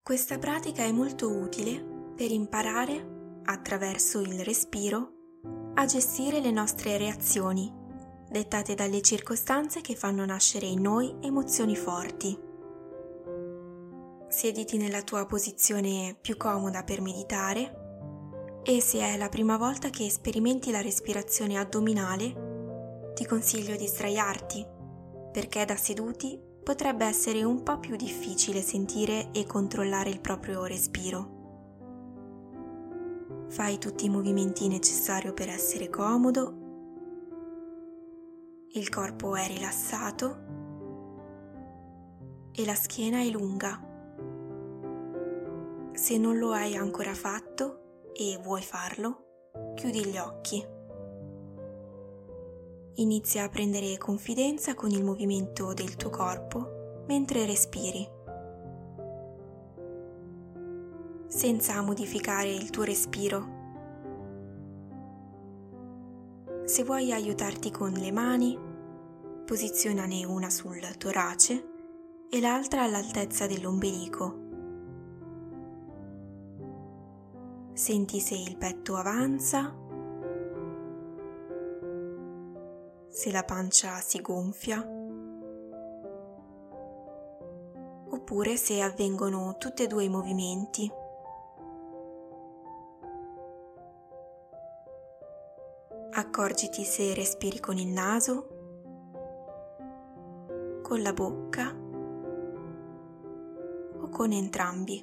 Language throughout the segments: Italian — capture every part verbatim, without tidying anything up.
Questa pratica è molto utile per imparare, attraverso il respiro, a gestire le nostre reazioni, dettate dalle circostanze che fanno nascere in noi emozioni forti. Siediti nella tua posizione più comoda per meditare e se è la prima volta che sperimenti la respirazione addominale, ti consiglio di sdraiarti, perché da seduti potrebbe essere un po' più difficile sentire e controllare il proprio respiro. Fai tutti i movimenti necessari per essere comodo, il corpo è rilassato e la schiena è lunga. Se non lo hai ancora fatto e vuoi farlo, chiudi gli occhi. Inizia a prendere confidenza con il movimento del tuo corpo mentre respiri. Senza modificare il tuo respiro. Se vuoi aiutarti con le mani, posizionane una sul torace e l'altra all'altezza dell'ombelico. Senti se il petto avanza, se la pancia si gonfia, oppure se avvengono tutti e due i movimenti. Accorgiti se respiri con il naso, con la bocca o con entrambi.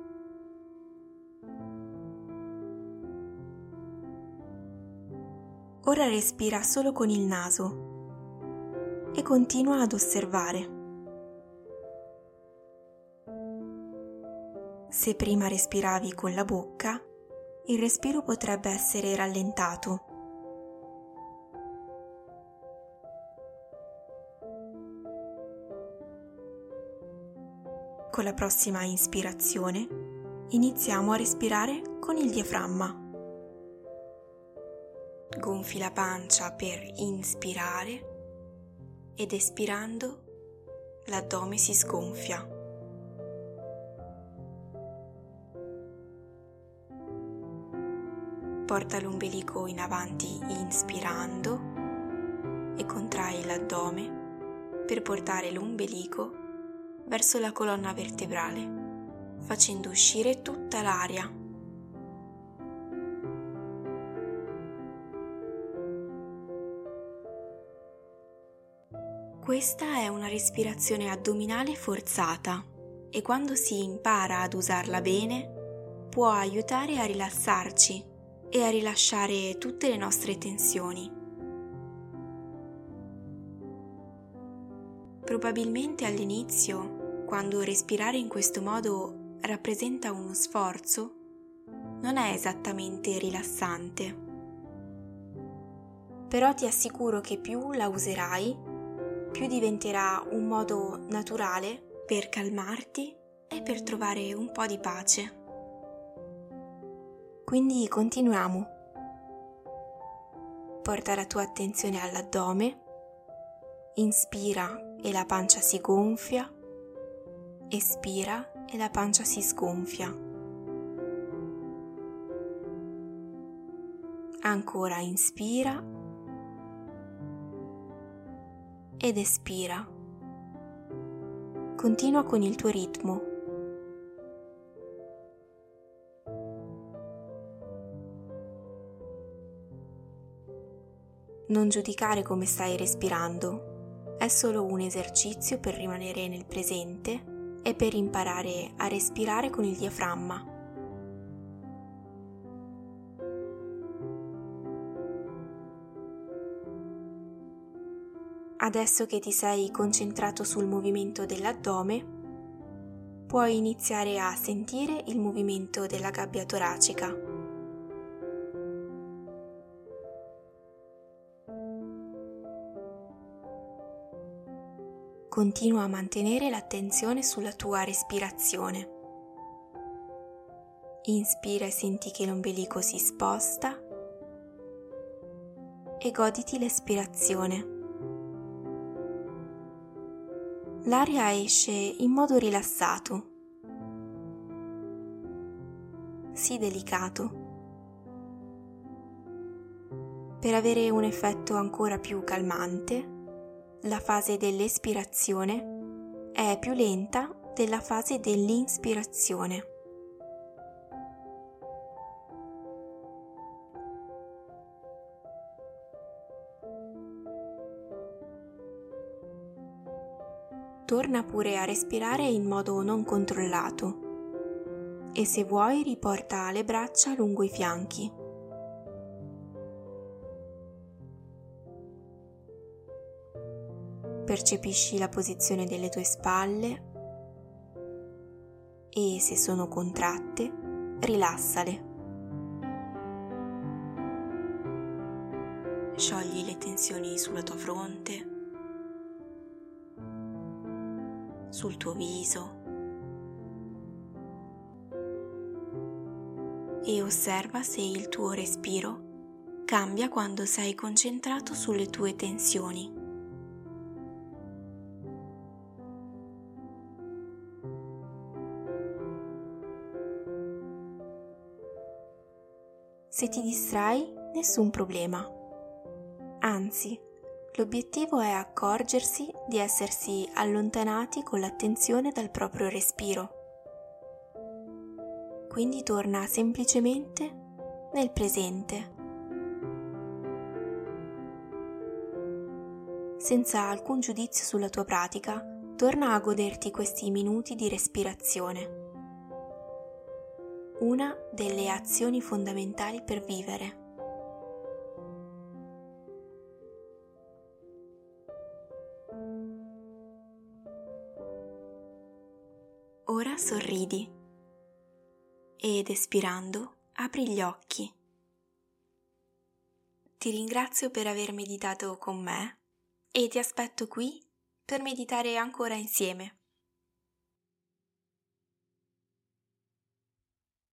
Ora respira solo con il naso e continua ad osservare. Se prima respiravi con la bocca, il respiro potrebbe essere rallentato. Con la prossima ispirazione iniziamo a respirare con il diaframma. Gonfi la pancia per inspirare ed espirando l'addome si sgonfia. Porta l'ombelico in avanti inspirando e contrai l'addome per portare l'ombelico verso la colonna vertebrale, facendo uscire tutta l'aria. Questa è una respirazione addominale forzata e quando si impara ad usarla bene può aiutare a rilassarci e a rilasciare tutte le nostre tensioni. Probabilmente all'inizio, quando respirare in questo modo rappresenta uno sforzo, non è esattamente rilassante. Però ti assicuro che più la userai, più diventerà un modo naturale per calmarti e per trovare un po' di pace. Quindi continuiamo. Porta la tua attenzione all'addome, inspira e la pancia si gonfia, espira e la pancia si sgonfia. Ancora inspira ed espira. Continua con il tuo ritmo. Non giudicare come stai respirando, è solo un esercizio per rimanere nel presente e per imparare a respirare con il diaframma. Adesso che ti sei concentrato sul movimento dell'addome, puoi iniziare a sentire il movimento della gabbia toracica. Continua a mantenere l'attenzione sulla tua respirazione. Inspira e senti che l'ombelico si sposta e goditi l'espirazione. L'aria esce in modo rilassato. sì delicato. Per avere un effetto ancora più calmante, la fase dell'espirazione è più lenta della fase dell'inspirazione. Torna pure a respirare in modo non controllato e se vuoi riporta le braccia lungo i fianchi. Percepisci la posizione delle tue spalle e se sono contratte, rilassale. Sciogli le tensioni sulla tua fronte, sul tuo viso e osserva se il tuo respiro cambia quando sei concentrato sulle tue tensioni. Se ti distrai, nessun problema. Anzi, l'obiettivo è accorgersi di essersi allontanati con l'attenzione dal proprio respiro. Quindi torna semplicemente nel presente, senza alcun giudizio sulla tua pratica. Torna a goderti questi minuti di respirazione. Una delle azioni fondamentali per vivere. Ora sorridi ed espirando apri gli occhi. Ti ringrazio per aver meditato con me e ti aspetto qui per meditare ancora insieme.